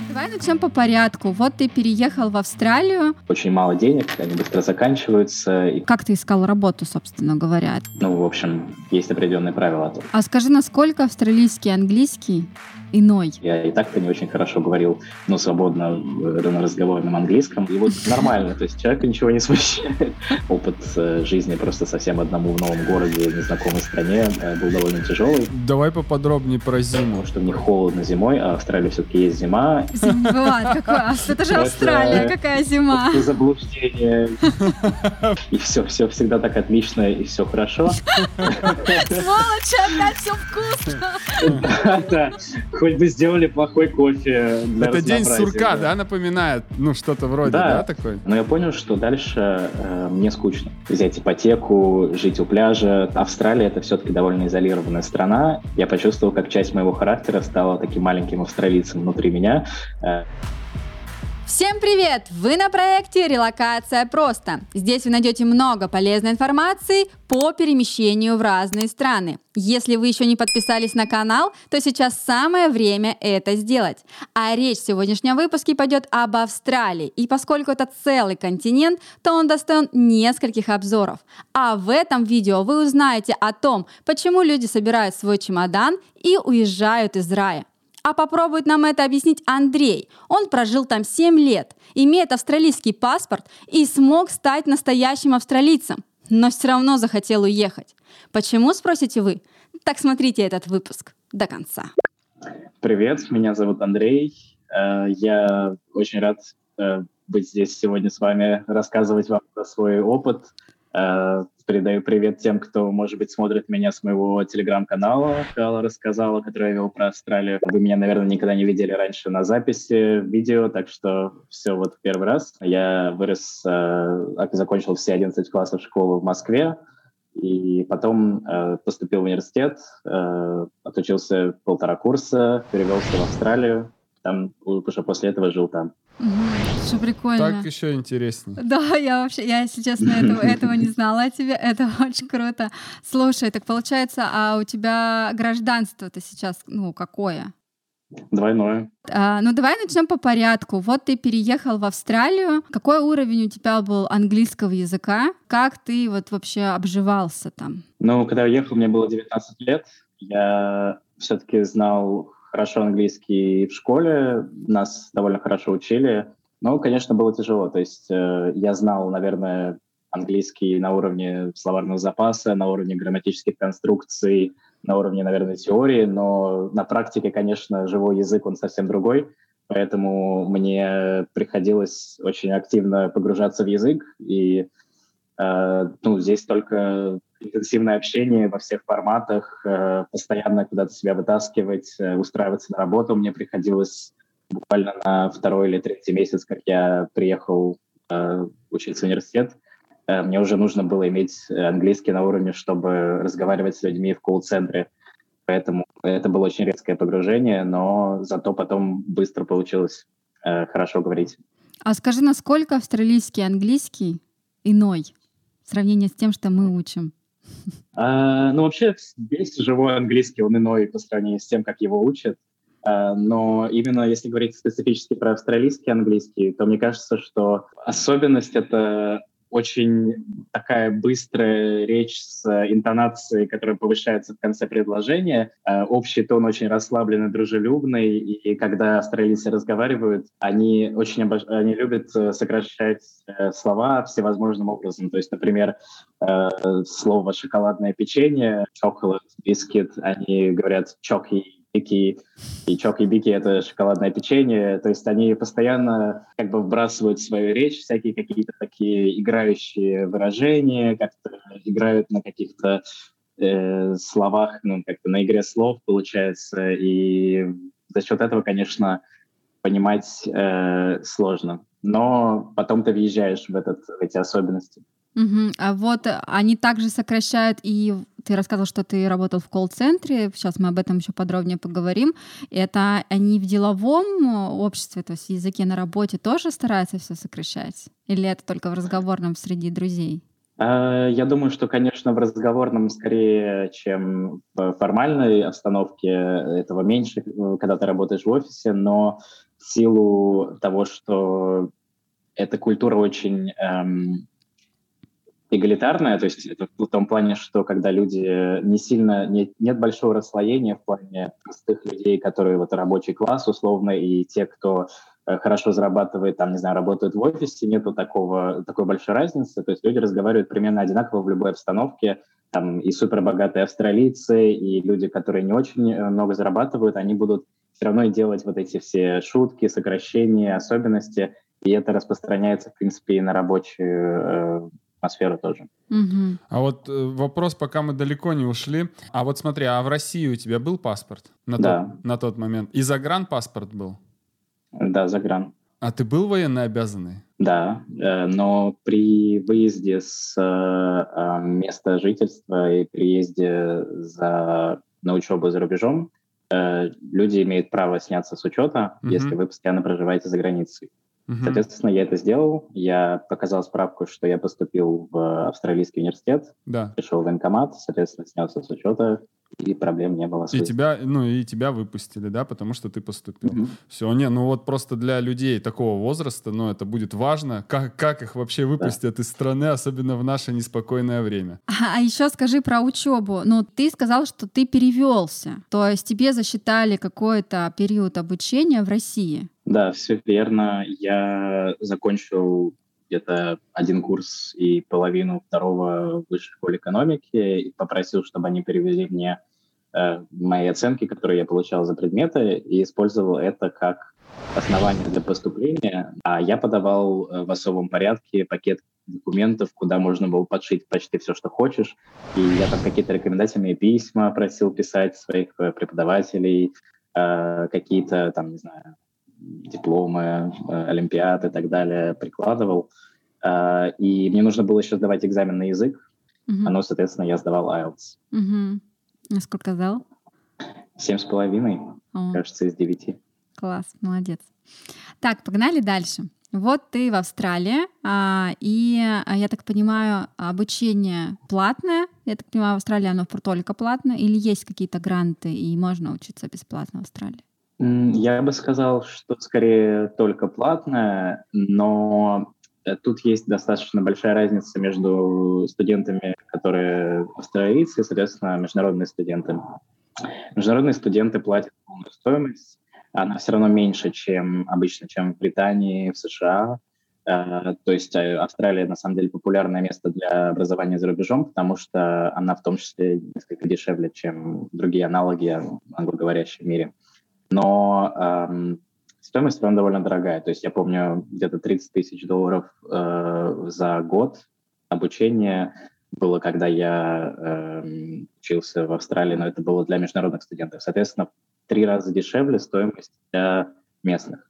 Давай начнем по порядку. Вот ты переехал в Австралию. Очень мало денег, они быстро заканчиваются. Как ты искал работу, собственно говоря? В общем, есть определенные правила. А скажи, насколько австралийский английский иной? Я и так-то не очень хорошо говорил, свободно на разговорном английском. И вот нормально, то есть человека ничего не смущает. Опыт жизни просто совсем одному в новом городе, в незнакомой стране был довольно тяжелый. Давай поподробнее про зиму. Потому что мне холодно зимой, а в Австралии все-таки есть зима. Влад, это же Австралия, какая зима? Это заблуждение. И все всегда так отлично, и все хорошо. Сволочи, опять все вкусно! Да, хоть бы сделали плохой кофе для Это день разнообразия, сурка, да, напоминает? Что-то вроде, да, такой? Но я понял, что дальше мне скучно. Взять ипотеку, жить у пляжа. Австралия — это все-таки довольно изолированная страна. Я почувствовал, как часть моего характера стала таким маленьким австралийцем внутри меня. Всем привет! Вы на проекте «Релокация просто». Здесь вы найдете много полезной информации по перемещению в разные страны. Если вы еще не подписались на канал, то сейчас самое время это сделать. А речь в сегодняшнем выпуске пойдет об Австралии. И поскольку это целый континент, то он достоин нескольких обзоров. А в этом видео вы узнаете о том, почему люди собирают свой чемодан и уезжают из рая. А попробует нам это объяснить Андрей. Он прожил там 7 лет, имеет австралийский паспорт и смог стать настоящим австралийцем, но все равно захотел уехать. Почему, спросите вы? Так смотрите этот выпуск до конца. Привет, меня зовут Андрей. Я очень рад быть здесь сегодня с вами, рассказывать вам про свой опыт. Передаю привет тем, кто, может быть, смотрит меня с моего телеграм-канала «Кала рассказала», который я вел про Австралию. Вы меня, наверное, никогда не видели раньше на записи видео, так что все вот в первый раз. Я вырос, закончил все 11 классов школы в Москве, и потом поступил в университет, отучился 1,5 курса, перевелся в Австралию, там уже после этого жил там. Что прикольно. Так еще интереснее. Да, я, если честно, этого не знала о тебе. Это очень круто. Слушай, так получается, а у тебя гражданство-то сейчас, какое? Двойное. Давай начнем по порядку. Вот ты переехал в Австралию. Какой уровень у тебя был английского языка? Как ты вот вообще обживался там? Когда я ехал, мне было 19 лет. Я все-таки знал хорошо английский в школе, нас довольно хорошо учили, но, конечно, было тяжело. То есть я знал, наверное, английский на уровне словарного запаса, на уровне грамматических конструкций, на уровне, наверное, теории, но на практике, конечно, живой язык, он совсем другой, поэтому мне приходилось очень активно погружаться в язык, и здесь только интенсивное общение во всех форматах, постоянно куда-то себя вытаскивать, устраиваться на работу. Мне приходилось буквально на 2-й или 3-й месяц, как я приехал учиться в университет, мне уже нужно было иметь английский на уровне, чтобы разговаривать с людьми в колл-центре. Поэтому это было очень резкое погружение, но зато потом быстро получилось хорошо говорить. А скажи, насколько австралийский английский иной в сравнении с тем, что мы учим? Вообще, весь живой английский, он иной по сравнению с тем, как его учат. Но именно если говорить специфически про австралийский английский, то мне кажется, что особенность — это очень такая быстрая речь с интонацией, которая повышается в конце предложения. Общий тон очень расслабленный, дружелюбный. И когда австралийцы разговаривают, они очень они любят сокращать слова всевозможным образом. То есть, например, слово «шоколадное печенье», chocolate biscuit, они говорят «chocky», и чоки-бики — это шоколадное печенье. То есть они постоянно вбрасывают в свою речь всякие какие-то такие играющие выражения, как-то играют на каких-то словах, как-то на игре слов получается. И за счет этого, конечно, понимать сложно. Но потом ты въезжаешь в эти особенности. Угу. А вот они также сокращают, и ты рассказывал, что ты работал в колл-центре, сейчас мы об этом еще подробнее поговорим. Это они в деловом обществе, то есть в языке на работе тоже стараются все сокращать? Или это только в разговорном среди друзей? Я думаю, что, конечно, в разговорном скорее, чем в формальной обстановке этого меньше, когда ты работаешь в офисе, но в силу того, что эта культура очень эгалитарная, то есть это в том плане, что когда люди не сильно, нет большого расслоения в плане простых людей, которые вот рабочий класс условно, и те, кто хорошо зарабатывает, там, не знаю, работают в офисе, нету такой большой разницы, то есть люди разговаривают примерно одинаково в любой обстановке, там и супербогатые австралийцы, и люди, которые не очень много зарабатывают, они будут все равно делать вот эти все шутки, сокращения, особенности, и это распространяется, в принципе, и на рабочую атмосферу тоже. Мгм. А вот вопрос, пока мы далеко не ушли. А вот смотри, а в России у тебя был паспорт Да. на тот момент? И загранпаспорт был? Да, загран. А ты был военнообязанный? Да, но при выезде с места жительства и приезде на учебу за рубежом люди имеют право сняться с учета, если вы постоянно проживаете за границей. Соответственно, я это сделал. Я показал справку, что я поступил в австралийский университет, Да. пришел в военкомат, соответственно, снялся с учета, и проблем не было. И тебя выпустили, да, потому что ты поступил. Все, ну вот просто для людей такого возраста, это будет важно, как их вообще выпустят из страны, особенно в наше неспокойное время. А еще скажи про учебу. Ты сказал, что ты перевелся, то есть тебе засчитали какой-то период обучения в России. Да, все верно. Я закончил где-то 1 курс и половину второго в высшей школе экономики и попросил, чтобы они перевели мне мои оценки, которые я получал за предметы, и использовал это как основание для поступления. А я подавал в особом порядке пакет документов, куда можно было подшить почти все, что хочешь. И я там какие-то рекомендательные письма просил писать своих преподавателей, какие-то там, не знаю, дипломы, олимпиады и так далее прикладывал. И мне нужно было еще сдавать экзамен на язык, соответственно, я сдавал IELTS. Сколько сдал? 7,5, кажется, из 9. Класс, молодец. Так, погнали дальше. Вот ты в Австралии, и, я так понимаю, обучение платное. Я так понимаю, в Австралии оно только платное, или есть какие-то гранты, и можно учиться бесплатно в Австралии? Я бы сказал, что скорее только платное, но тут есть достаточно большая разница между студентами, которые австралийцы, и, соответственно, международные студенты. Международные студенты платят полную стоимость, она все равно меньше, чем обычно, чем в Британии, в США. То есть Австралия, на самом деле, популярное место для образования за рубежом, потому что она в том числе несколько дешевле, чем другие аналоги англоговорящих в мире. Но стоимость все равно довольно дорогая. То есть я помню, где-то $30,000 за год обучения было, когда я учился в Австралии, но это было для международных студентов. Соответственно, в 3 раза дешевле стоимость для местных.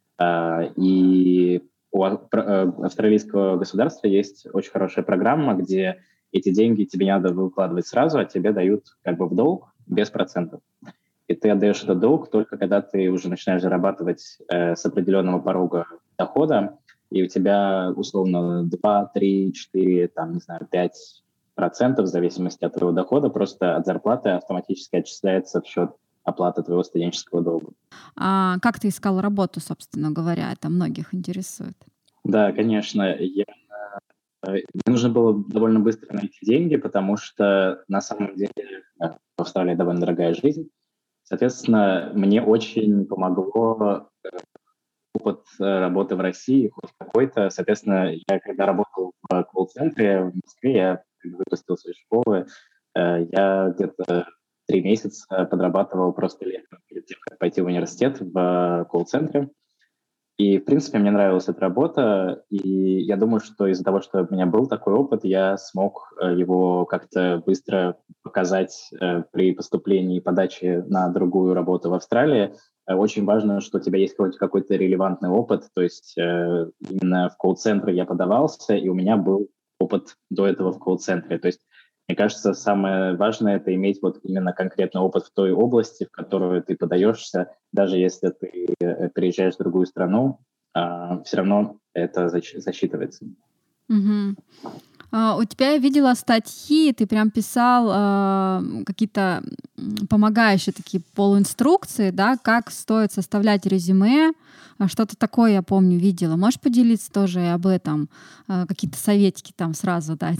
И у австралийского государства есть очень хорошая программа, где эти деньги тебе не надо выкладывать сразу, а тебе дают как бы в долг без процентов. И ты отдаешь этот долг только когда ты уже начинаешь зарабатывать с определенного порога дохода, и у тебя условно 2, 3, 4, там, не знаю, 5% в зависимости от твоего дохода просто от зарплаты автоматически отчисляется в счет оплаты твоего студенческого долга. А как ты искал работу, собственно говоря? Это многих интересует. Да, конечно. Мне нужно было довольно быстро найти деньги, потому что на самом деле в Австралии довольно дорогая жизнь. Соответственно, мне очень помогло опыт работы в России, хоть какой-то. Соответственно, я когда работал в колл-центре в Москве, я выпустился из школы, я где-то 3 месяца подрабатывал просто летом перед тем, как пойти в университет в колл-центре. И, в принципе, мне нравилась эта работа, и я думаю, что из-за того, что у меня был такой опыт, я смог его как-то быстро показать при поступлении и подаче на другую работу в Австралии. Очень важно, что у тебя есть какой-то релевантный опыт, то есть именно в колл-центре я подавался, и у меня был опыт до этого в колл-центре. То есть мне кажется, самое важное — это иметь вот именно конкретный опыт в той области, в которую ты подаешься. Даже если ты переезжаешь в другую страну, все равно это засчитывается. У тебя я видела статьи, ты прям писал какие-то помогающие такие полуинструкции, да, как стоит составлять резюме. Что-то такое, я помню, видела. Можешь поделиться тоже и об этом? Какие-то советики там сразу дать?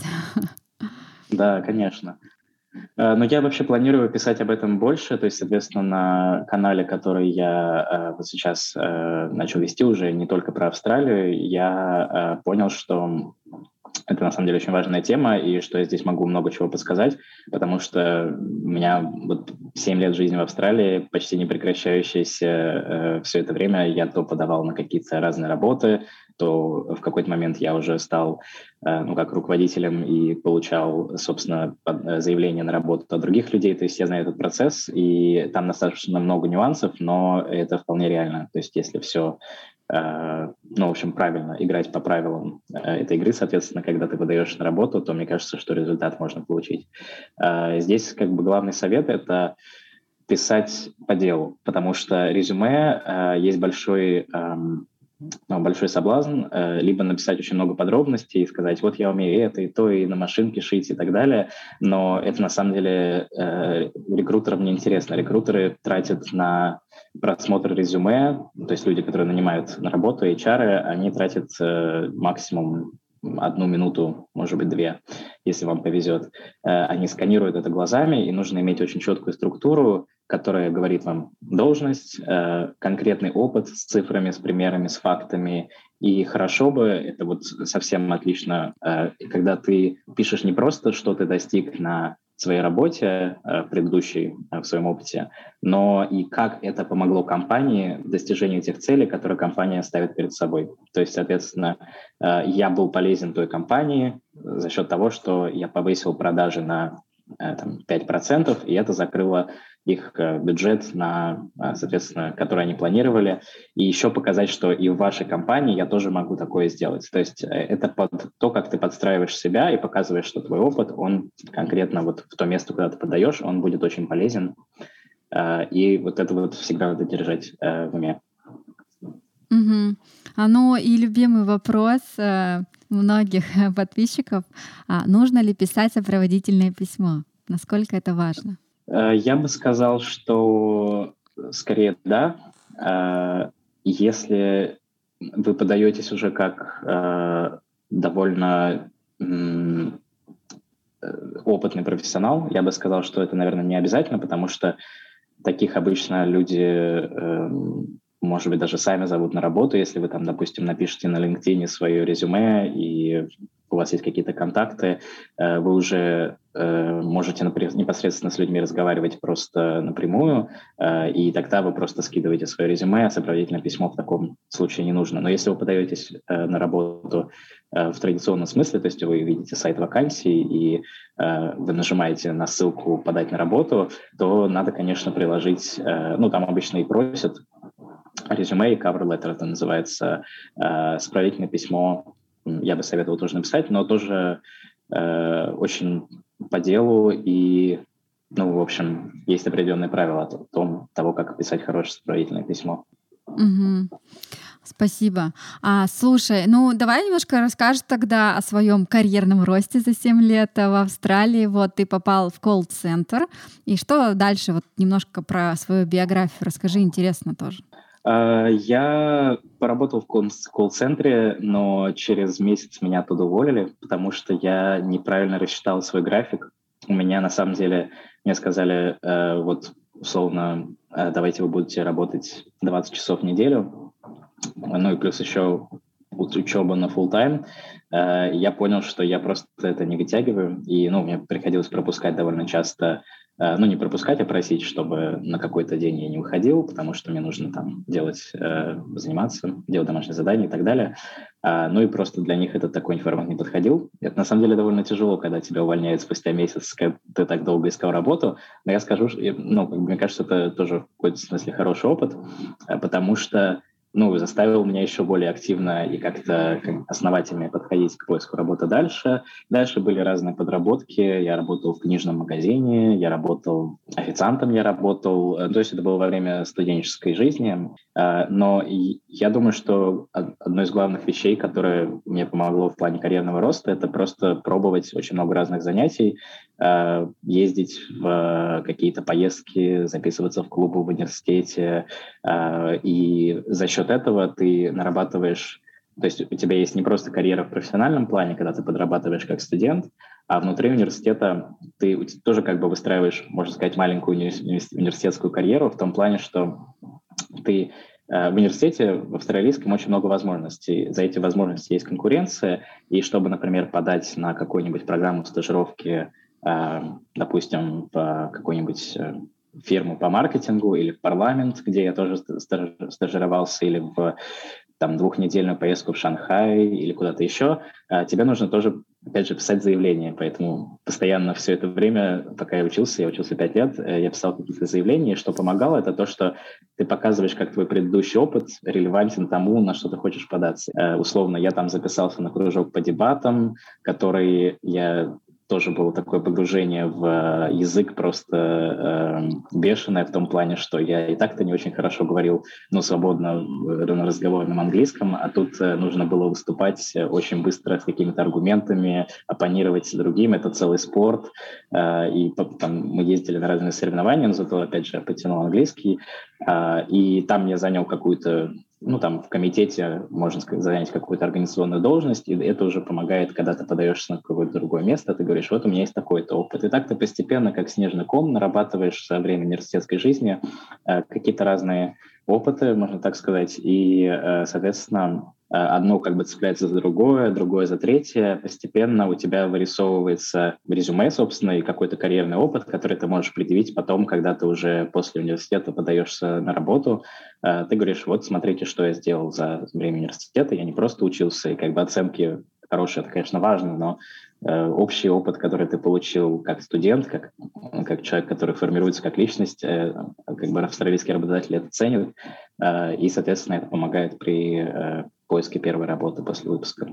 Да, конечно. Но я вообще планирую писать об этом больше, то есть, соответственно, на канале, который я вот сейчас начал вести уже не только про Австралию, я понял, что это на самом деле очень важная тема, и что я здесь могу много чего подсказать, потому что у меня вот 7 лет жизни в Австралии, почти не прекращающиеся все это время, я то подавал на какие-то разные работы, то в какой-то момент я уже стал, как руководителем и получал, собственно, заявление на работу от других людей, то есть я знаю этот процесс, и там достаточно много нюансов, но это вполне реально, то есть если все в общем, правильно играть по правилам этой игры, соответственно, когда ты подаешь на работу, то мне кажется, что результат можно получить. Здесь как бы главный совет – это писать по делу, потому что резюме есть большой соблазн либо написать очень много подробностей и сказать, вот я умею это и то, и на машинке шить и так далее, но это на самом деле рекрутерам не интересно. Рекрутеры тратят на просмотр резюме, то есть люди, которые нанимают на работу, HR, они тратят максимум 1 минуту, может быть, 2, если вам повезет. Они сканируют это глазами, и нужно иметь очень четкую структуру, которая говорит вам должность, конкретный опыт с цифрами, с примерами, с фактами. И хорошо бы, это вот совсем отлично, когда ты пишешь не просто, что ты достиг на своей работе предыдущей, в своем опыте, но и как это помогло компании в достижении тех целей, которые компания ставит перед собой. То есть, соответственно, я был полезен той компании за счет того, что я повысил продажи на 5%, и это закрыло их бюджет, соответственно, который они планировали, и еще показать, что и в вашей компании я тоже могу такое сделать. То есть это под то, как ты подстраиваешь себя и показываешь, что твой опыт, он конкретно вот в то место, куда ты подаешь, он будет очень полезен. И вот это вот всегда надо держать в уме. Угу. И любимый вопрос многих подписчиков. Нужно ли писать сопроводительное письмо? Насколько это важно? Я бы сказал, что скорее да. Если вы подаетесь уже как довольно опытный профессионал, я бы сказал, что это, наверное, не обязательно, потому что таких обычно люди, может быть, даже сами зовут на работу, если вы там, допустим, напишите на LinkedIn свое резюме, и у вас есть какие-то контакты, вы уже можете непосредственно с людьми разговаривать просто напрямую, и тогда вы просто скидываете свое резюме, а сопроводительное письмо в таком случае не нужно. Но если вы подаетесь на работу в традиционном смысле, то есть вы видите сайт вакансий и вы нажимаете на ссылку «Подать на работу», то надо, конечно, приложить, там обычно и просят резюме и cover letter, это называется, сопроводительное письмо, я бы советовал тоже написать, но тоже очень по делу, и, в общем, есть определенные правила того, как писать хорошее сопроводительное письмо. Угу. Спасибо. Слушай, давай немножко расскажешь тогда о своем карьерном росте за 7 лет в Австралии. Вот ты попал в колл-центр. И что дальше? Вот немножко про свою биографию расскажи, интересно тоже. Я поработал в колл-центре, но через месяц меня оттуда уволили, потому что я неправильно рассчитал свой график. У меня, на самом деле, мне сказали, условно, давайте вы будете работать 20 часов в неделю, и плюс еще учеба на full-time. Я понял, что я просто это не вытягиваю, и мне приходилось пропускать довольно часто, не пропускать, а просить, чтобы на какой-то день я не выходил, потому что мне нужно там заниматься, делать домашние задания и так далее. И просто для них этот такой формат не подходил. Это на самом деле довольно тяжело, когда тебя увольняют спустя месяц, когда ты так долго искал работу. Но я скажу, мне кажется, это тоже в какой-то смысле хороший опыт, потому что заставил меня еще более активно и как-то основательнее подходить к поиску работы дальше. Дальше были разные подработки. Я работал в книжном магазине, я работал официантом, то есть это было во время студенческой жизни. Но я думаю, что одной из главных вещей, которое мне помогло в плане карьерного роста, это просто пробовать очень много разных занятий, ездить в какие-то поездки, записываться в клубы в университете, и за счет этого ты нарабатываешь, то есть у тебя есть не просто карьера в профессиональном плане, когда ты подрабатываешь как студент, а внутри университета ты тоже как бы выстраиваешь, можно сказать, маленькую университетскую карьеру в том плане, что ты в университете в австралийском очень много возможностей. За эти возможности есть конкуренция, и чтобы, например, подать на какую-нибудь программу стажировки, допустим, в какую-нибудь фирму по маркетингу или в парламент, где я тоже стажировался, или в двухнедельную поездку в Шанхай или куда-то еще, тебе нужно тоже, опять же, писать заявление. Поэтому постоянно все это время, пока я учился 5 лет, я писал какие-то заявления. И что помогало, это то, что ты показываешь, как твой предыдущий опыт релевантен тому, на что ты хочешь податься. Условно, я там записался на кружок по дебатам, который я тоже было такое погружение в язык просто бешеное в том плане, что я и так-то не очень хорошо говорил, свободно на разговорном английском, а тут нужно было выступать очень быстро с какими-то аргументами, оппонировать другим, это целый спорт, и мы ездили на разные соревнования, но зато, опять же, я подтянул английский, и там я занял какую-то в комитете, можно сказать, занять какую-то организационную должность, и это уже помогает, когда ты подаешься на какое-то другое место, ты говоришь, вот у меня есть такой-то опыт. И так ты постепенно, как снежный ком, нарабатываешь за время университетской жизни какие-то разные опыты, можно так сказать, и, соответственно, одно как бы цепляется за другое за третье. Постепенно у тебя вырисовывается в резюме, собственно, и какой-то карьерный опыт, который ты можешь предъявить потом, когда ты уже после университета подаешься на работу. Ты говоришь, вот смотрите, что я сделал за время университета. Я не просто учился, и как бы оценки хорошие, это, конечно, важно, но общий опыт, который ты получил как студент, как человек, который формируется как личность, как бы австралийские работодатели это ценят, и, соответственно, это помогает при поиске первой работы после выпуска.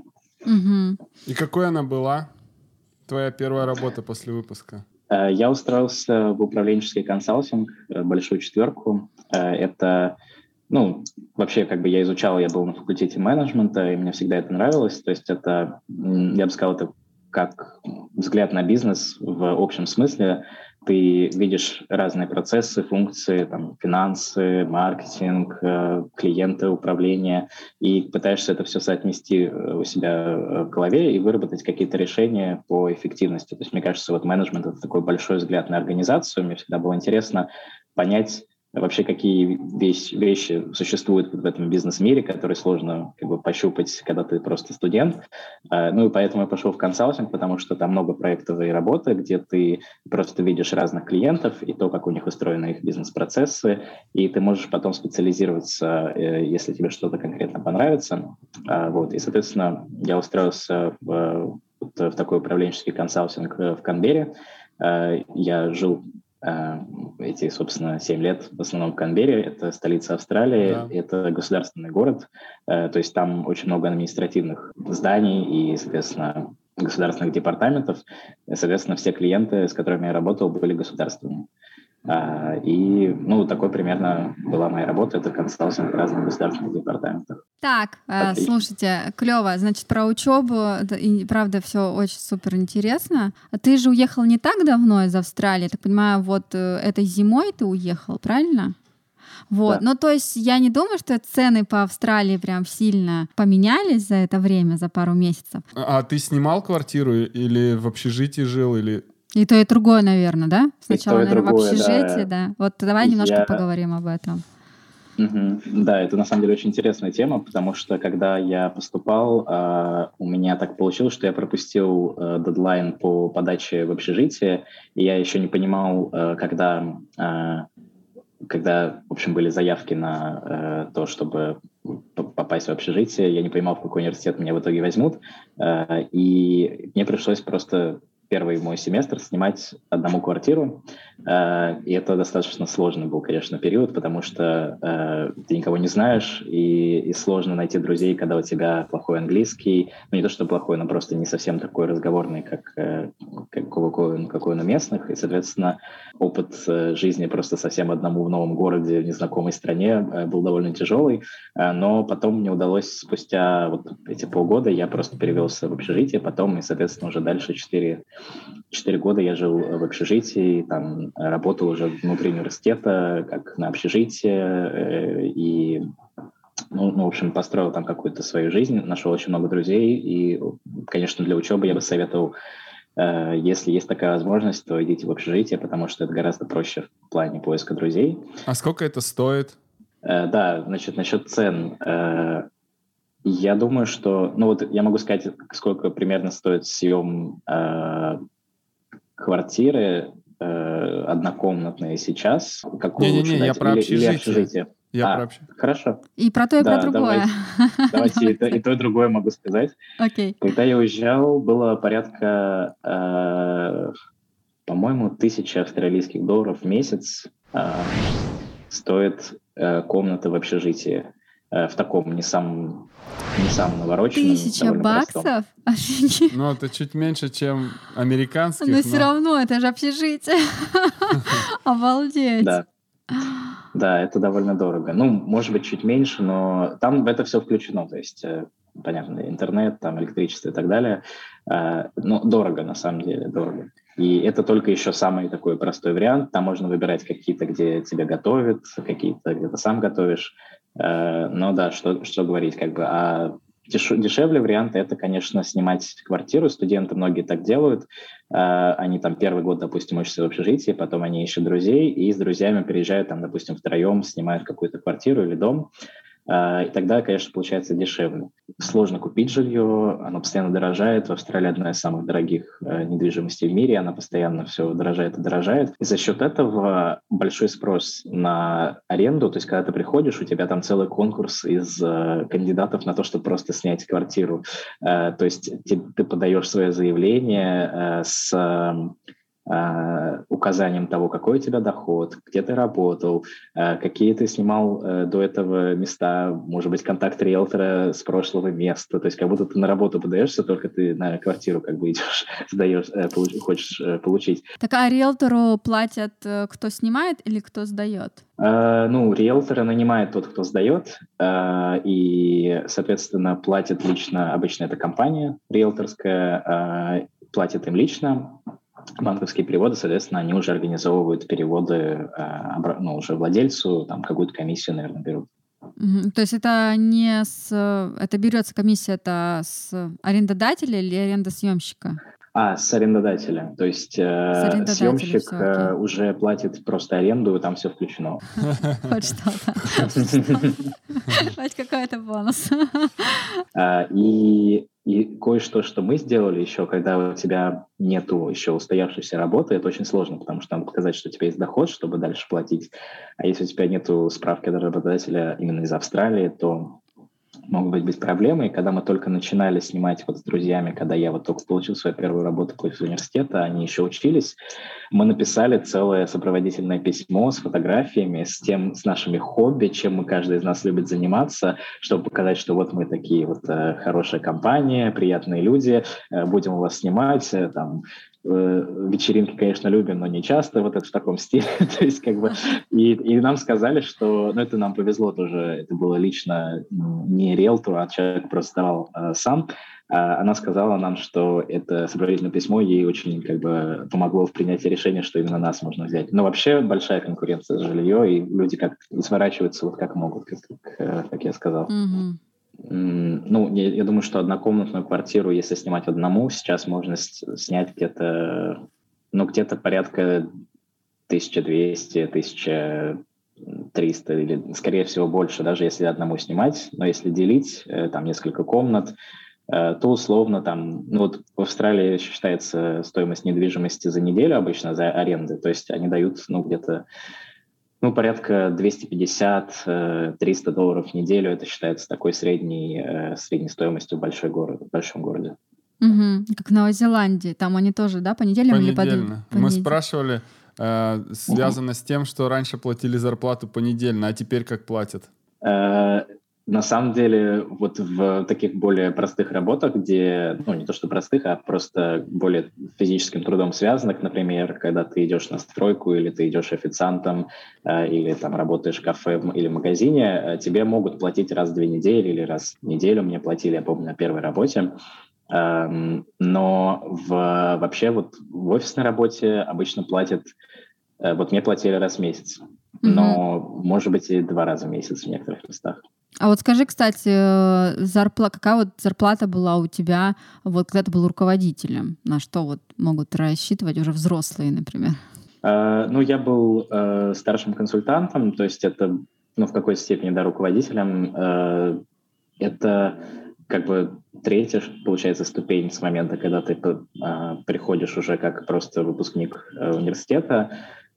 И какой она была, твоя первая работа после выпуска? Я устроился в управленческий консалтинг, большую четверку. Это, вообще, как бы я был на факультете менеджмента, и мне всегда это нравилось. То есть это, я бы сказал, это как взгляд на бизнес в общем смысле. Ты видишь разные процессы, функции, финансы, маркетинг, клиенты, управление, и пытаешься это все соотнести у себя в голове и выработать какие-то решения по эффективности. То есть, мне кажется, менеджмент — это такой большой взгляд на организацию. Мне всегда было интересно понять вообще, какие вещи существуют в этом бизнес-мире, которые сложно пощупать, когда ты просто студент. И поэтому я пошел в консалтинг, потому что там много проектовой работы, где ты просто видишь разных клиентов и то, как у них устроены их бизнес-процессы, и ты можешь потом специализироваться, если тебе что-то конкретно понравится. И, соответственно, я устроился в такой управленческий консалтинг в Канберре. Я жил эти, собственно, 7 лет в основном в Канберре. Это столица Австралии, да. Это государственный город. То есть там очень много административных зданий и, соответственно, государственных департаментов. Соответственно, все клиенты, с которыми я работал, были государственные. И, такой примерно была моя работа. Это консалтинг в разных государственных департаментах. Так, слушайте, клево. Значит, про учебу, и, правда, все очень супер интересно. Ты же уехал не так давно из Австралии. Я так понимаю, этой зимой ты уехал, правильно? Да. То есть я не думаю, что цены по Австралии прям сильно поменялись за это время, за пару месяцев. А ты снимал квартиру или в общежитии жил, или... И то, и другое, наверное, да? Сначала, наверное, другое, в общежитии, да. Давай немножко поговорим об этом. Да, это на самом деле очень интересная тема, потому что когда я поступал, у меня так получилось, что я пропустил дедлайн по подаче в общежитие, и я еще не понимал, когда, в общем, были заявки на то, чтобы попасть в общежитие, я не понимал, в какой университет меня в итоге возьмут, и мне пришлось просто первый мой семестр снимать одному квартиру. И это достаточно сложный был, конечно, период, потому что ты никого не знаешь, и сложно найти друзей, когда у тебя плохой английский. Ну, не то, что плохой, но просто не совсем такой разговорный, какой он у местных. И, соответственно, опыт жизни просто совсем одному в новом городе, в незнакомой стране был довольно тяжелый. Но потом мне удалось спустя вот эти полгода я просто перевелся в общежитие, потом, и, соответственно, уже дальше 4 года я жил в общежитии, там работал уже внутри университета, как на общежитие, и, в общем, построил там какую-то свою жизнь, нашел очень много друзей, и, конечно, для учебы я бы советовал, если есть такая возможность, то идите в общежитие, потому что это гораздо проще в плане поиска друзей. А сколько это стоит? Да, значит, насчет цен. Я думаю, что... Ну вот я могу сказать, сколько примерно стоит съем квартиры однокомнатные сейчас. Какую лучше Не-не-не, я дать? про Или общежитие. Хорошо. И про то, и про другое. Давайте и то, и другое могу сказать. Окей. Когда я уезжал, было порядка, по-моему, 1000 австралийских долларов в месяц стоит комната в общежитии. В таком не самом навороченном. 1000 баксов? Офигеть. Ну, это чуть меньше, чем американских. Но все равно, это же общежитие. Обалдеть. Да, это довольно дорого. Ну, может быть, чуть меньше, но там в это все включено. То есть, понятно, интернет, там электричество и так далее. Но дорого, на самом деле, дорого. И это только еще самый такой простой вариант. Там можно выбирать какие-то, где тебе готовят, какие-то, где ты сам готовишь. Но да, что говорить, как бы. А дешевле варианты — это, конечно, снимать квартиру. Студенты многие так делают. Они там первый год, допустим, учатся в общежитии, потом они ищут друзей, и с друзьями переезжают там, допустим, втроем, снимают какую-то квартиру или дом. И тогда, конечно, получается дешевле. Сложно купить жилье, оно постоянно дорожает. В Австралии одна из самых дорогих недвижимостей в мире, она постоянно все дорожает и дорожает. И за счет этого большой спрос на аренду, то есть когда ты приходишь, у тебя там целый конкурс из кандидатов на то, чтобы просто снять квартиру. То есть ты подаешь свое заявление с указанием того, какой у тебя доход, где ты работал, какие ты снимал до этого места, может быть, контакт риэлтора с прошлого места. То есть как будто ты на работу подаешься, только ты на квартиру как бы идешь, сдаешь, хочешь получить. Так а риэлтору платят кто снимает или кто сдает? Риэлтора нанимает тот, кто сдает, и, соответственно, платит лично, обычно это компания риэлторская, платит им лично. Банковские переводы, соответственно, они уже организовывают переводы уже владельцу, там какую-то комиссию, наверное, берут. То есть это не это берется комиссия-то с арендодателя или арендосъемщика? С арендодателя. То есть съемщик уже платит просто аренду, и там все включено. Хоть что-то. Хоть какой-то бонус. И кое-что, что мы сделали еще, когда у тебя нету еще устоявшейся работы, это очень сложно, потому что надо показать, что у тебя есть доход, чтобы дальше платить. А если у тебя нету справки от работодателя именно из Австралии, то могут быть проблемы. И когда мы только начинали снимать с друзьями, когда я только получил свою первую работу после университета, они еще учились, мы написали целое сопроводительное письмо с фотографиями, с нашими хобби, чем каждый из нас любит заниматься, чтобы показать, что вот мы такие хорошая компания, приятные люди, будем у вас снимать, вечеринки, конечно, любим, но не часто, это в таком стиле. То есть, и нам сказали, что, это нам повезло тоже, это было лично не риэлтору, а человек просто давал сам. Она сказала нам, что это сопроводительное письмо ей очень помогло в принятии решения, что именно нас можно взять. Но вообще большая конкуренция за жилье, и люди сворачиваются как могут, как я сказал. Я думаю, что однокомнатную квартиру, если снимать одному, сейчас можно снять где-то порядка 1200, 1300 или, скорее всего, больше, даже если одному снимать. Но если делить, там несколько комнат, то условно в Австралии считается стоимость недвижимости за неделю обычно, за аренды. То есть они дают где-то порядка 250-300 долларов в неделю. Это считается такой средней стоимостью в большом городе. Как в Новой Зеландии. Там они тоже, да, понедельно или понедельно. Мы спрашивали, связано с тем, что раньше платили зарплату понедельно, а теперь как платят? На самом деле, вот в таких более простых работах, где, ну, не то что простых, а просто более физическим трудом связанных, например, когда ты идешь на стройку, или ты идешь официантом, или там работаешь в кафе или в магазине, тебе могут платить раз в 2 недели или раз в неделю. Мне платили, я помню, на первой работе. Но вообще вот в офисной работе обычно платят, вот мне платили раз в месяц, но может быть и 2 раза в месяц в некоторых местах. А вот скажи, кстати, какая вот зарплата была у тебя, вот когда ты был руководителем? На что вот могут рассчитывать уже взрослые, например? Ну, я был старшим консультантом, то есть это, ну, в какой-то степени, да, руководителем. Это как бы 3-я, получается, ступень с момента, когда ты приходишь уже как просто выпускник университета.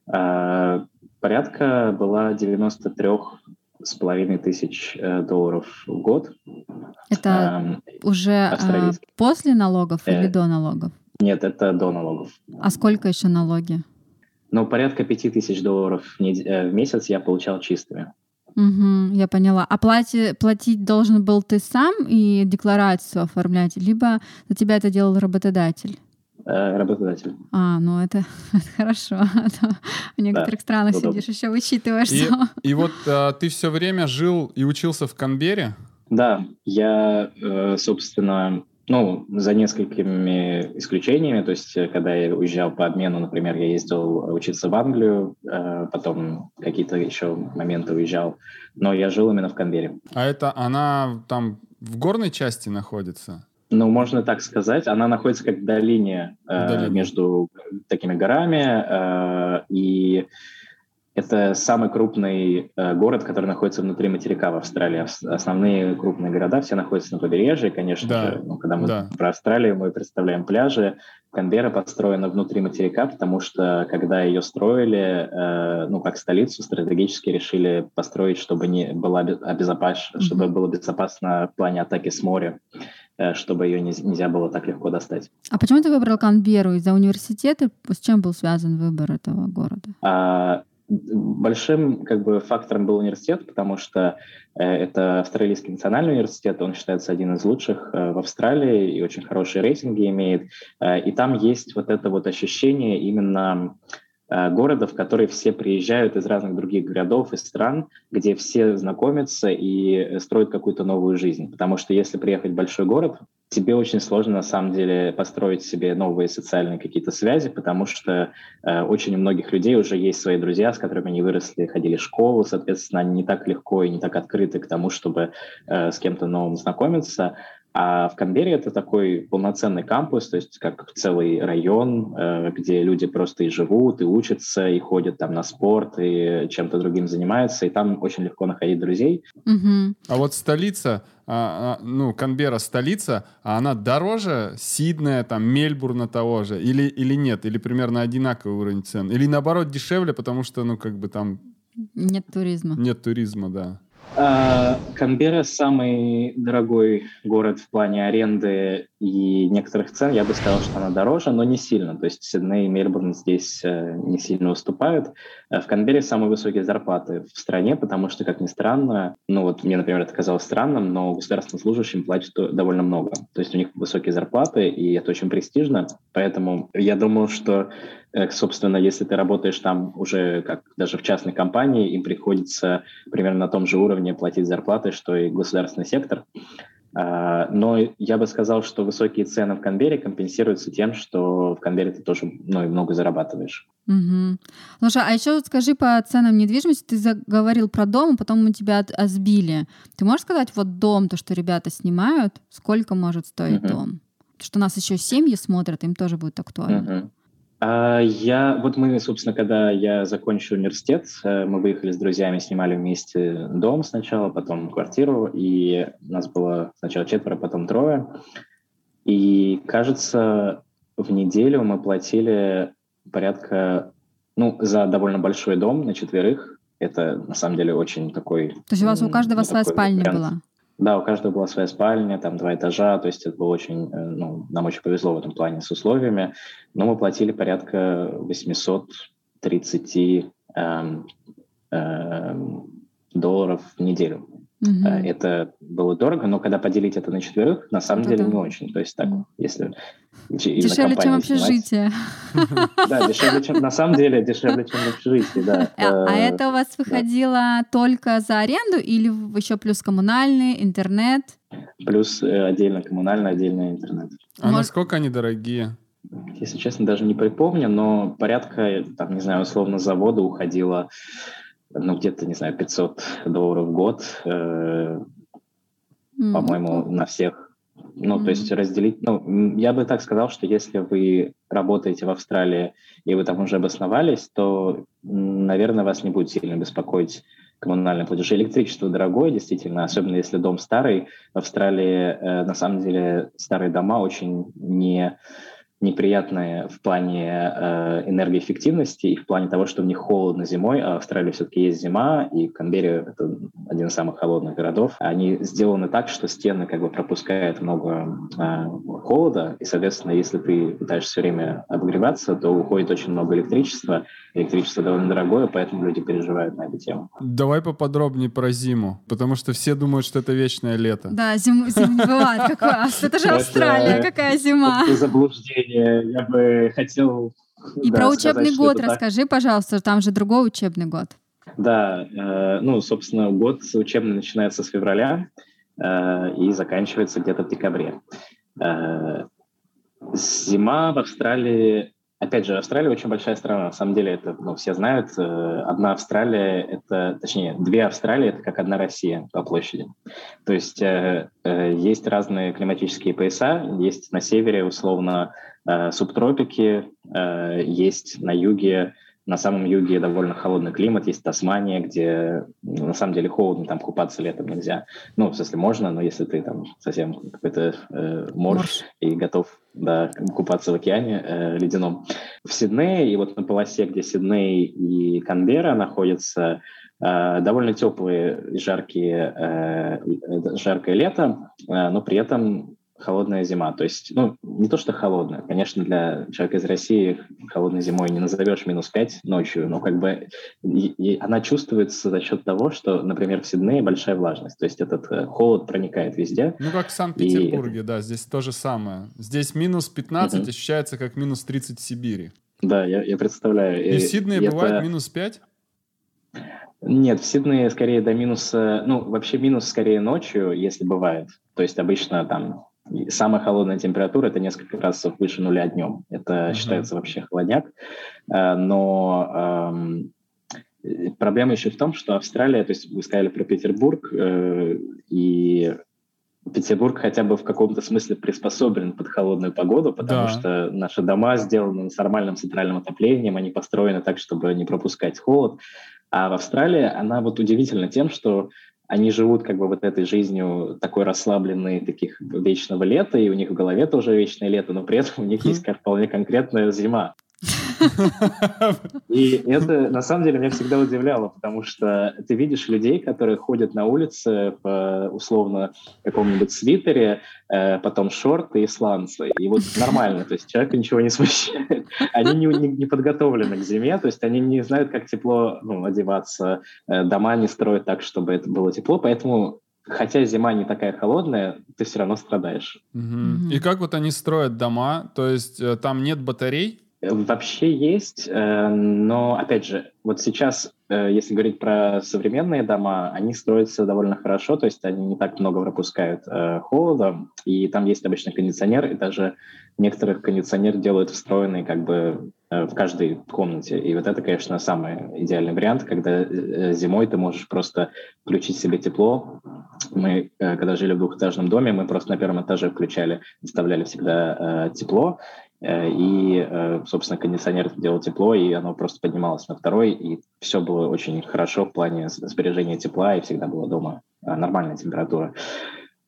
Порядка была 93,5 тысяч долларов в год. Это уже после налогов или до налогов? Нет, это до налогов. А сколько еще налоги? Ну, порядка 5 тысяч долларов в месяц я получал чистыми. Я поняла. А платить должен был ты сам и декларацию оформлять, либо за тебя это делал работодатель? Работодатель. Ну это хорошо. В некоторых странах сидишь, еще вычитываешь. И вот ты все время жил и учился в Канберре? Да, я, собственно, ну, за несколькими исключениями, то есть когда я уезжал по обмену, например, я ездил учиться в Англию, потом какие-то еще моменты уезжал, но я жил именно в Канберре. А это она там в горной части находится? Ну, можно так сказать. Она находится как в долине между такими горами, и это самый крупный город, который находится внутри материка в Австралии. Основные крупные города все находятся на побережье, конечно же. Ну, когда мы про Австралию, мы представляем пляжи. Канберра построена внутри материка, потому что, когда ее строили, ну, как столицу, стратегически решили построить, чтобы было безопасно в плане атаки с моря, чтобы ее нельзя было так легко достать. А почему ты выбрал Канберру? Из-за университета? С чем был связан выбор этого города? Большим фактором был университет, потому что это Австралийский национальный университет, он считается один из лучших в Австралии и очень хорошие рейтинги имеет. И там есть вот это вот ощущение именно города, в который все приезжают из разных других городов и стран, где все знакомятся и строят какую-то новую жизнь. Потому что если приехать в большой город, тебе очень сложно, на самом деле, построить себе новые социальные какие-то связи, потому что очень у многих людей уже есть свои друзья, с которыми они выросли, ходили в школу, соответственно, они не так легко и не так открыты к тому, чтобы с кем-то новым знакомиться. А в Канберре это такой полноценный кампус, то есть как целый район, где люди просто и живут, и учатся, и ходят там на спорт, и чем-то другим занимаются, и там очень легко находить друзей. А вот столица, Канберра столица, а она дороже Сиднея, там, Мельбурна того же, или нет? Или примерно одинаковый уровень цен? Или наоборот дешевле, потому что, там... Нет туризма. Нет туризма, да. Канберра самый дорогой город в плане аренды и некоторых цен. Я бы сказал, что она дороже, но не сильно. То есть Сидней и Мельбурн здесь не сильно уступают. В Канберре самые высокие зарплаты в стране, потому что, как ни странно, мне, например, это казалось странным, но государственным служащим платят довольно много. То есть у них высокие зарплаты, и это очень престижно. Поэтому я думаю, что собственно, если ты работаешь там уже как даже в частной компании, им приходится примерно на том же уровне платить зарплаты, что и государственный сектор. Но я бы сказал, что высокие цены в Канберре компенсируются тем, что в Канберре ты тоже много зарабатываешь. Угу. Слушай, а еще скажи по ценам недвижимости. Ты заговорил про дом, потом мы тебя сбили. Ты можешь сказать, вот дом, то, что ребята снимают, сколько может стоить дом? Потому что нас еще семьи смотрят, им тоже будет актуально. Мы, собственно, когда я закончил университет, мы выехали с друзьями, снимали вместе дом сначала, потом квартиру, и нас было сначала 4, потом 3. И, кажется, в неделю мы платили порядка, за довольно большой дом на 4. Это, на самом деле, очень такой... То есть у вас у каждого своя спальня была? Да, у каждого была своя спальня, там 2 этажа, то есть это было очень, нам очень повезло в этом плане с условиями, но мы платили порядка 830 долларов в неделю. Это было дорого, но когда поделить это на 4, на самом деле не очень. То есть так, если... Дешевле, чем общежитие. Да, дешевле, чем... На самом деле, дешевле, чем общежитие, да. А это у вас выходило только за аренду или еще плюс коммунальный, интернет? Плюс отдельно коммунальный, отдельно интернет. А насколько они дорогие? Если честно, даже не припомню, но порядка, там, не знаю, условно, с завода уходило, где-то, не знаю, $500 в год, по-моему, на всех. То есть разделить... я бы так сказал, что если вы работаете в Австралии и вы там уже обосновались, то, наверное, вас не будет сильно беспокоить коммунальные платежи. Электричество дорогое, действительно, особенно если дом старый. В Австралии, на самом деле, старые дома очень неприятные в плане энергоэффективности и в плане того, что в них холодно зимой, а в Австралии все-таки есть зима, и Канберра — это один из самых холодных городов. Они сделаны так, что стены как бы пропускают много холода, и, соответственно, если ты пытаешься все время обогреваться, то уходит очень много электричества. Электричество довольно дорогое, поэтому люди переживают на эту тему. Давай поподробнее про зиму, потому что все думают, что это вечное лето. Да, зим не бывает. Это же Австралия, какая зима. Это заблуждение. Я бы хотел... И про учебный год расскажи, пожалуйста, там же другой учебный год. Да, собственно, год учебный начинается с февраля и заканчивается где-то в декабре. Зима в Австралии... Опять же, Австралия очень большая страна. На самом деле, это все знают. Одна Австралия, две Австралии, это как одна Россия по площади. То есть есть разные климатические пояса. Есть на севере, условно, субтропики, есть на юге, на самом юге довольно холодный климат, есть Тасмания, где на самом деле холодно, там купаться летом нельзя. В смысле можно, но если ты там совсем какой-то морж и готов купаться в океане ледяном. В Сиднее, и вот на полосе, где Сидней и Канберра находятся, довольно теплые и жаркое лето, но при этом холодная зима. То есть, не то, что холодная. Конечно, для человека из России холодной зимой не назовешь -5 ночью, но как бы и она чувствуется за счет того, что, например, в Сиднее большая влажность. То есть этот холод проникает везде. Как в Санкт-Петербурге, да, здесь то же самое. Здесь -15 ощущается как -30 в Сибири. Да, я представляю. И в Сиднее бывает -5? Нет, в Сиднее скорее до минуса... вообще минус скорее ночью, если бывает. То есть обычно там самая холодная температура — это несколько градусов выше нуля днем. Это считается вообще холодняк. Но проблема еще в том, что Австралия, то есть вы сказали про Петербург, и Петербург хотя бы в каком-то смысле приспособлен под холодную погоду, потому что наши дома сделаны с нормальным центральным отоплением, они построены так, чтобы не пропускать холод. А в Австралии она удивительна тем, что они живут как бы вот этой жизнью такой расслабленной, таких вечного лета, и у них в голове тоже вечное лето, но при этом у них есть вполне конкретная зима. И это, на самом деле, меня всегда удивляло, потому что ты видишь людей, которые ходят на улице в, условно, каком-нибудь свитере, потом шорты и сланцы. И вот нормально, то есть человека ничего не смущает. Они не подготовлены к зиме, то есть они не знают, как тепло одеваться, дома не строят так, чтобы это было тепло, поэтому... Хотя зима не такая холодная, ты все равно страдаешь. И как вот они строят дома? То есть там нет батарей? Вообще есть, но, опять же, вот сейчас, если говорить про современные дома, они строятся довольно хорошо, то есть они не так много пропускают холода, и там есть обычно кондиционер, и даже некоторых кондиционер делают встроенный как бы в каждой комнате. И вот это, конечно, самый идеальный вариант, когда зимой ты можешь просто включить себе тепло. Мы, когда жили в двухэтажном доме, мы просто на первом этаже вставляли всегда тепло, и, собственно, кондиционер делал тепло, и оно просто поднималось на второй, и все было очень хорошо в плане сбережения тепла, и всегда была дома нормальная температура.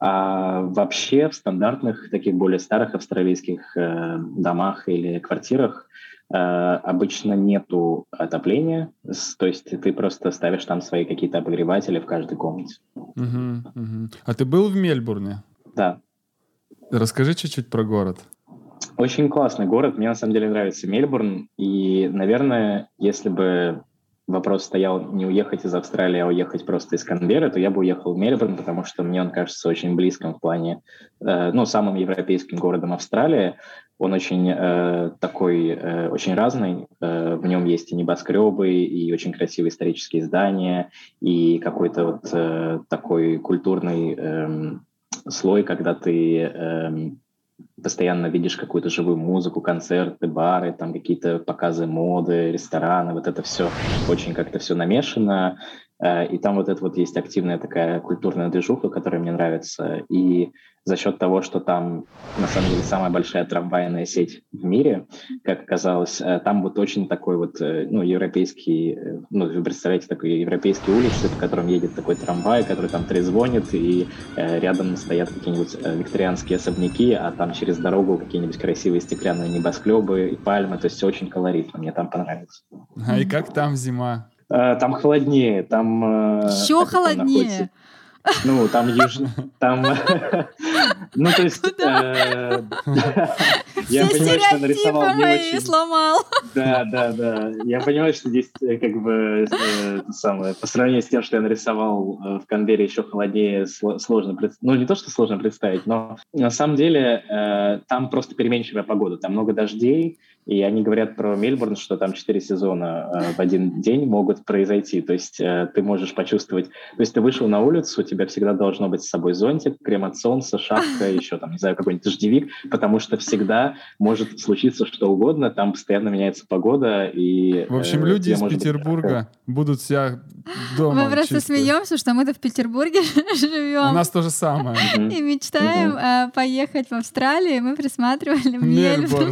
А вообще в стандартных, таких более старых австралийских домах или квартирах обычно нету отопления, то есть ты просто ставишь там свои какие-то обогреватели в каждой комнате. А ты был в Мельбурне? Да. Расскажи чуть-чуть про город. Очень классный город, мне на самом деле нравится Мельбурн, и, наверное, если бы вопрос стоял не уехать из Австралии, а уехать просто из Канберры, то я бы уехал в Мельбурн, потому что мне он кажется очень близким в плане, самым европейским городом Австралии. Он очень такой, очень разный. В нем есть и небоскребы, и очень красивые исторические здания, и какой-то вот такой культурный слой, когда ты постоянно видишь какую-то живую музыку, концерты, бары, там какие-то показы моды, рестораны, вот это все очень как-то все намешано, и там вот это вот есть активная такая культурная движуха, которая мне нравится, и за счет того, что там на самом деле самая большая трамвайная сеть в мире, как оказалось, там вот очень такой вот, европейский, вы представляете, такие европейские улицы, по которым едет такой трамвай, который там трезвонит, и рядом стоят какие-нибудь викторианские особняки, а там через дорогу какие-нибудь красивые стеклянные небоскребы и пальмы, то есть все очень колоритно, мне там понравилось. А и как там зима? Там холоднее, там... Еще холоднее. Там ну, то есть... Я понимаю, что нарисовал не очень... сломал. Да. Я понимаю, что здесь как бы по сравнению с тем, что я нарисовал в Канберре, еще холоднее, сложно представить. Ну, не то, что сложно представить, но на самом деле там просто переменчивая погода. Там много дождей, и они говорят про Мельбурн, что там 4 сезона в один день могут произойти. То есть ты можешь почувствовать... То есть ты вышел на улицу, у тебя всегда должно быть с собой зонтик, крем от солнца, шапка, еще там, не знаю, какой-нибудь дождевик, потому что всегда может случиться что угодно, там постоянно меняется погода. И, в общем, люди из Петербурга будут себя дома Мы просто смеемся, что мы-то в Петербурге живем. У нас то же самое. И мечтаем поехать в Австралию, мы присматривали Мельбурн.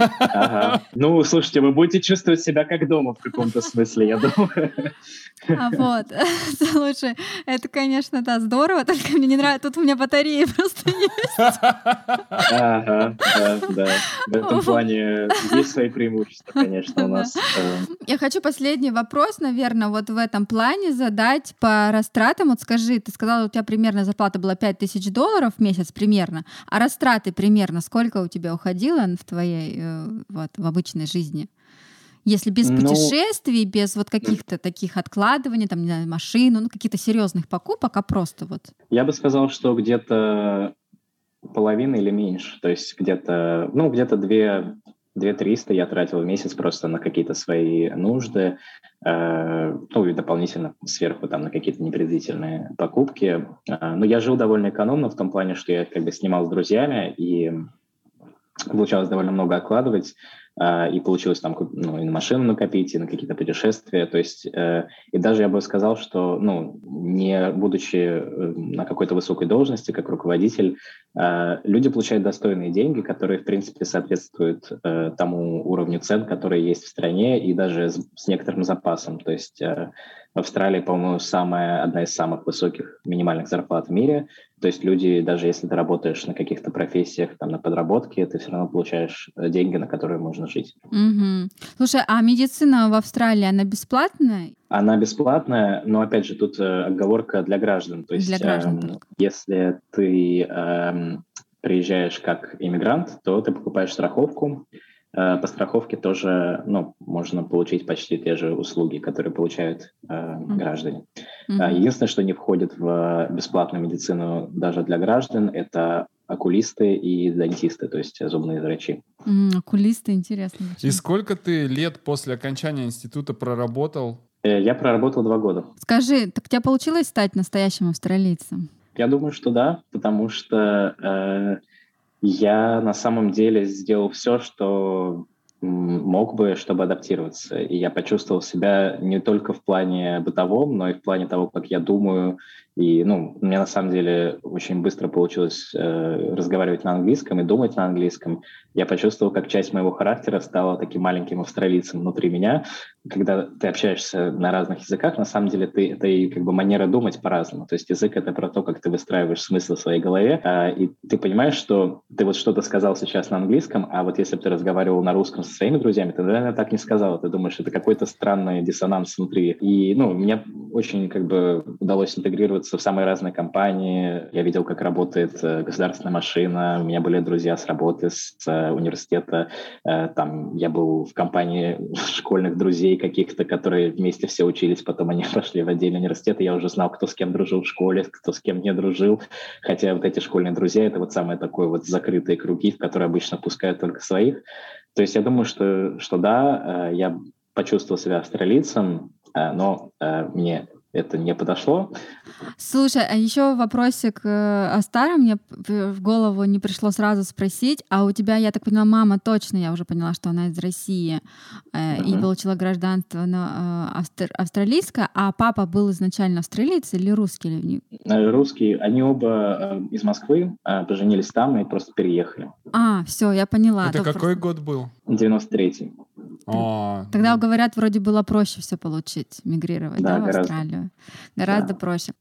Ну, слушайте, вы будете чувствовать себя как дома в каком-то смысле, я думаю. Вот. Слушай, это, конечно, да, здорово, только мне не нравится. Тут у меня батареи просто есть. Ага, да. В этом плане есть свои преимущества, конечно, у нас. Я хочу последний вопрос, наверное, вот в этом плане задать по растратам. Вот скажи, ты сказала, у тебя примерно зарплата была $5000 в месяц примерно, а растраты примерно сколько у тебя уходило в твоей, в обычной жизни? Если без путешествий, без вот каких-то таких откладываний, там, не знаю, машину, каких-то серьезных покупок, а просто вот. Я бы сказал, что где-то половина или меньше. То есть где-то 2-300 я тратил в месяц просто на какие-то свои нужды, и дополнительно сверху там на какие-то непредвидительные покупки. Но я жил довольно экономно в том плане, что я как бы снимал с друзьями, и получалось довольно много откладывать, и получилось там и на машину накопить, и на какие-то путешествия. То есть, и даже я бы сказал, что, не будучи на какой-то высокой должности, как руководитель, люди получают достойные деньги, которые, в принципе, соответствуют тому уровню цен, которые есть в стране, и даже с некоторым запасом. То есть в Австралии, по-моему, одна из самых высоких минимальных зарплат в мире. То есть люди, даже если ты работаешь на каких-то профессиях, там, на подработке, ты все равно получаешь деньги, на которые можно жить. Угу. Слушай, а медицина в Австралии, она бесплатная? Она бесплатная, но, опять же, тут оговорка для граждан. То есть для граждан если ты приезжаешь как иммигрант, то ты покупаешь страховку. По страховке тоже можно получить почти те же услуги, которые получают граждане. Единственное, что не входит в бесплатную медицину даже для граждан, это окулисты и дантисты, то есть зубные врачи. Окулисты, интересно. И сколько ты лет после окончания института проработал? Я проработал 2 года. Скажи, так у тебя получилось стать настоящим австралийцем? Я думаю, что да, потому что я на самом деле сделал все, что мог бы, чтобы адаптироваться. И я почувствовал себя не только в плане бытовом, но и в плане того, как я думаю. И, у меня на самом деле очень быстро получилось разговаривать на английском и думать на английском. Я почувствовал, как часть моего характера стала таким маленьким австралийцем внутри меня, когда ты общаешься на разных языках, на самом деле это и как бы манера думать по-разному. То есть язык — это про то, как ты выстраиваешь смысл в своей голове, и ты понимаешь, что ты вот что-то сказал сейчас на английском, а вот если бы ты разговаривал на русском со своими друзьями, ты, наверное, так не сказал. Ты думаешь, это какой-то странный диссонанс внутри. И, мне очень как бы удалось интегрироваться в самые разные компании. Я видел, как работает государственная машина. У меня были друзья с работы, с университета. Там я был в компании школьных друзей каких-то, которые вместе все учились, потом они пошли в отдельный университет, и я уже знал, кто с кем дружил в школе, кто с кем не дружил. Хотя вот эти школьные друзья — это вот самые такой вот закрытые круги, в которые обычно пускают только своих. То есть я думаю, что да, я почувствовал себя австралийцем, но мне это не подошло. Слушай, а еще вопросик о старом мне в голову не пришло сразу спросить. А у тебя, я так поняла, мама точно, я уже поняла, что она из России и получила гражданство австралийское, а папа был изначально австралиец или русский? Русские, они оба из Москвы, поженились там и просто переехали. Все, я поняла. Это какой год был? 93-й. Тогда, говорят, вроде было проще все получить, мигрировать, да, в Австралию. Гораздо проще.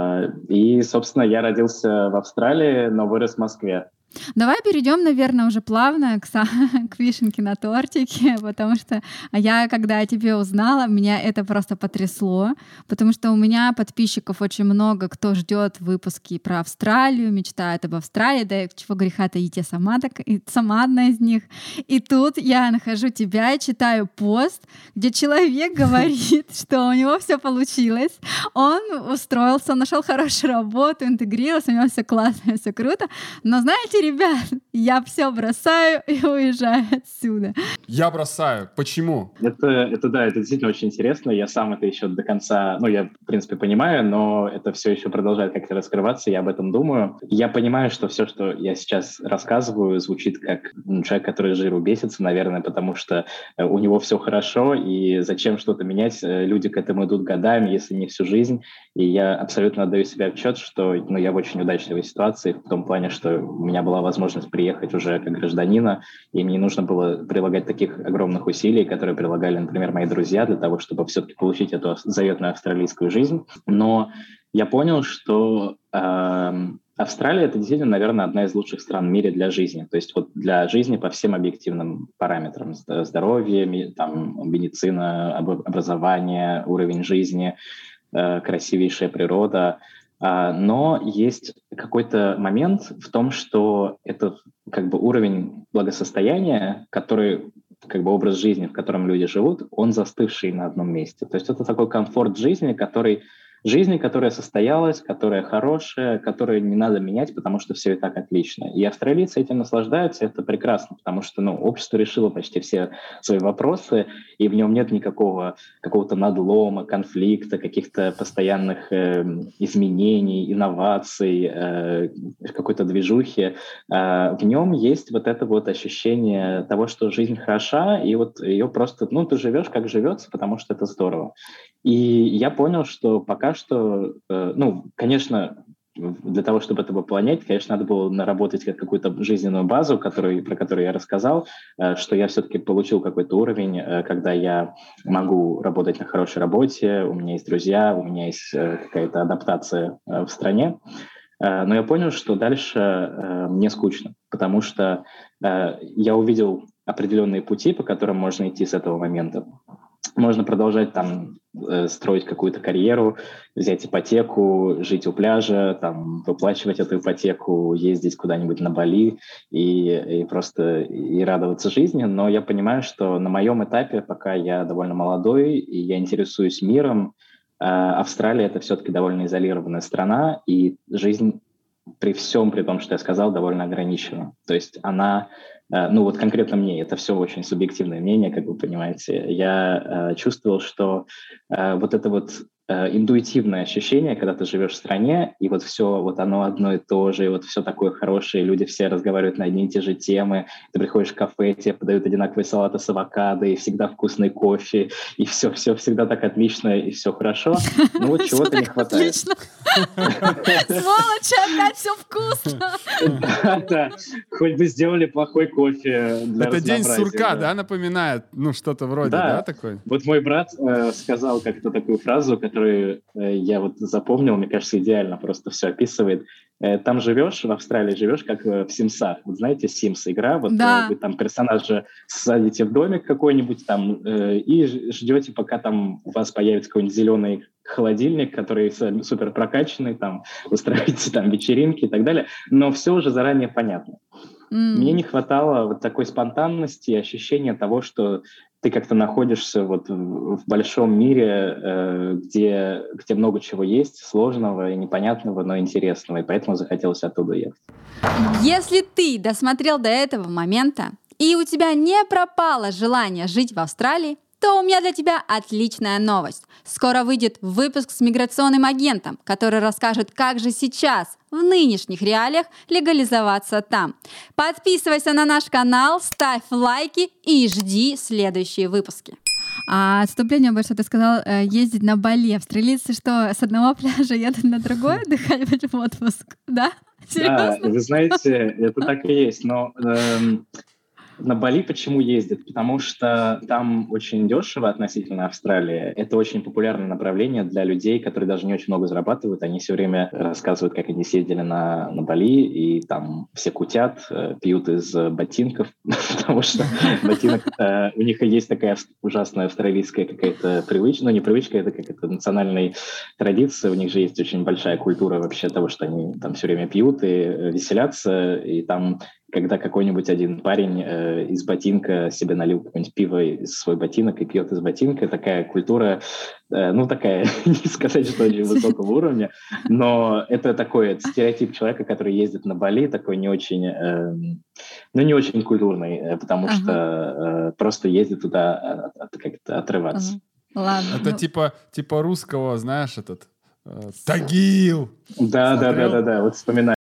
И, собственно, я родился в Австралии, но вырос в Москве. Давай перейдем, наверное, уже плавно к вишенке на тортике, потому что я, когда о тебе узнала, меня это просто потрясло, потому что у меня подписчиков очень много, кто ждет выпуски про Австралию, мечтает об Австралии, да чего греха таить, я сама одна из них. И тут я нахожу тебя и читаю пост, где человек говорит, что у него все получилось, он устроился, нашел хорошую работу, интегрировался, у него все классно, все круто, но знаете, ребят, я все бросаю и уезжаю отсюда. Я бросаю. Почему? Это действительно очень интересно. Я сам это еще до конца, я, в принципе, понимаю, но это все еще продолжает как-то раскрываться, я об этом думаю. Я понимаю, что все, что я сейчас рассказываю, звучит как человек, который жиру бесится, наверное, потому что у него все хорошо, и зачем что-то менять? Люди к этому идут годами, если не всю жизнь. И я абсолютно отдаю себе отчет, что я в очень удачной ситуации, в том плане, что у меня была возможность приехать уже как гражданина, и мне не нужно было прилагать таких огромных усилий, которые прилагали, например, мои друзья, для того, чтобы все-таки получить эту заветную австралийскую жизнь. Но я понял, что Австралия — это действительно, наверное, одна из лучших стран в мире для жизни. То есть вот для жизни по всем объективным параметрам. Здоровье, там, медицина, образование, уровень жизни, красивейшая природа. Но есть какой-то момент в том, что это как бы уровень благосостояния, который, как бы образ жизни, в котором люди живут, он застывший на одном месте. То есть это такой комфорт жизни, которая состоялась, которая хорошая, которую не надо менять, потому что все и так отлично. И австралийцы этим наслаждаются, это прекрасно, потому что общество решило почти все свои вопросы, и в нем нет никакого какого-то надлома, конфликта, каких-то постоянных изменений, инноваций, какой-то движухи. В нем есть вот это вот ощущение того, что жизнь хороша, и вот ее просто, ты живешь, как живется, потому что это здорово. И я понял, что пока что, конечно, для того, чтобы это было понять, конечно, надо было наработать какую-то жизненную базу, про которую я рассказал, что я все-таки получил какой-то уровень, когда я могу работать на хорошей работе, у меня есть друзья, у меня есть какая-то адаптация в стране. Но я понял, что дальше мне скучно, потому что я увидел определенные пути, по которым можно идти с этого момента. Можно продолжать там строить какую-то карьеру, взять ипотеку, жить у пляжа, там, выплачивать эту ипотеку, ездить куда-нибудь на Бали и просто и радоваться жизни. Но я понимаю, что на моем этапе, пока я довольно молодой и я интересуюсь миром, Австралия — это все-таки довольно изолированная страна, и жизнь при том, что я сказал, довольно ограничена. То есть она... вот конкретно мне, это все очень субъективное мнение, как вы понимаете. Я чувствовал, что вот эта вот интуитивное ощущение, когда ты живешь в стране, и вот все, вот оно одно и то же, и вот все такое хорошее, люди все разговаривают на одни и те же темы, ты приходишь в кафе, тебе подают одинаковые салаты с авокадо, и всегда вкусный кофе, и все всегда так отлично, и все хорошо. Ну вот чего-то не хватает. Сволочи, опять все вкусно. Да, хоть бы сделали плохой кофе для Это день разнообразия, сурка, да, напоминает? Ну, что-то вроде, да, такой? Вот мой брат сказал как-то такую фразу, которую я вот запомнил, мне кажется, идеально просто все описывает. Там живешь, в Австралии живешь, как в Симсах. Вот знаете, Sims игра, вот Да. вы там персонажа садите в домик какой-нибудь там и ждете, пока там у вас появится какой-нибудь зеленый холодильник, который супер прокачанный, там устраиваете там вечеринки и так далее, но все уже заранее понятно. Мне не хватало вот такой спонтанности и ощущения того, что ты как-то находишься вот в большом мире, где много чего есть, сложного и непонятного, но интересного, и поэтому захотелось оттуда ехать. Если ты досмотрел до этого момента, и у тебя не пропало желание жить в Австралии, то у меня для тебя отличная новость. Скоро выйдет выпуск с миграционным агентом, который расскажет, как же сейчас, в нынешних реалиях, легализоваться там. Подписывайся на наш канал, ставь лайки и жди следующие выпуски. Отступление большое, ты сказал, ездить на Бали. Австралийцы что, с одного пляжа едут на другой отдыхать в отпуск? Да? Серьезно? Да, вы знаете, это так и есть, но на Бали почему ездят? Потому что там очень дешево относительно Австралии. Это очень популярное направление для людей, которые даже не очень много зарабатывают. Они все время рассказывают, как они съездили на Бали, и там все кутят, пьют из ботинков, потому что ботинок... У них есть такая ужасная австралийская какая-то привычка, ну не привычка, это какая-то национальная традиция. У них же есть очень большая культура вообще того, что они там все время пьют и веселятся, и там когда какой-нибудь один парень из ботинка себе налил какое-нибудь пиво из свой ботинок и пьет из ботинка. Такая культура, ну такая, не сказать, что очень высокого уровня, но это такой стереотип человека, который ездит на Бали, такой не очень, ну не очень культурный, потому что просто ездит туда как-то отрываться. Ладно. Это типа русского, знаешь, этот... Тагил! Да, вот вспоминаю.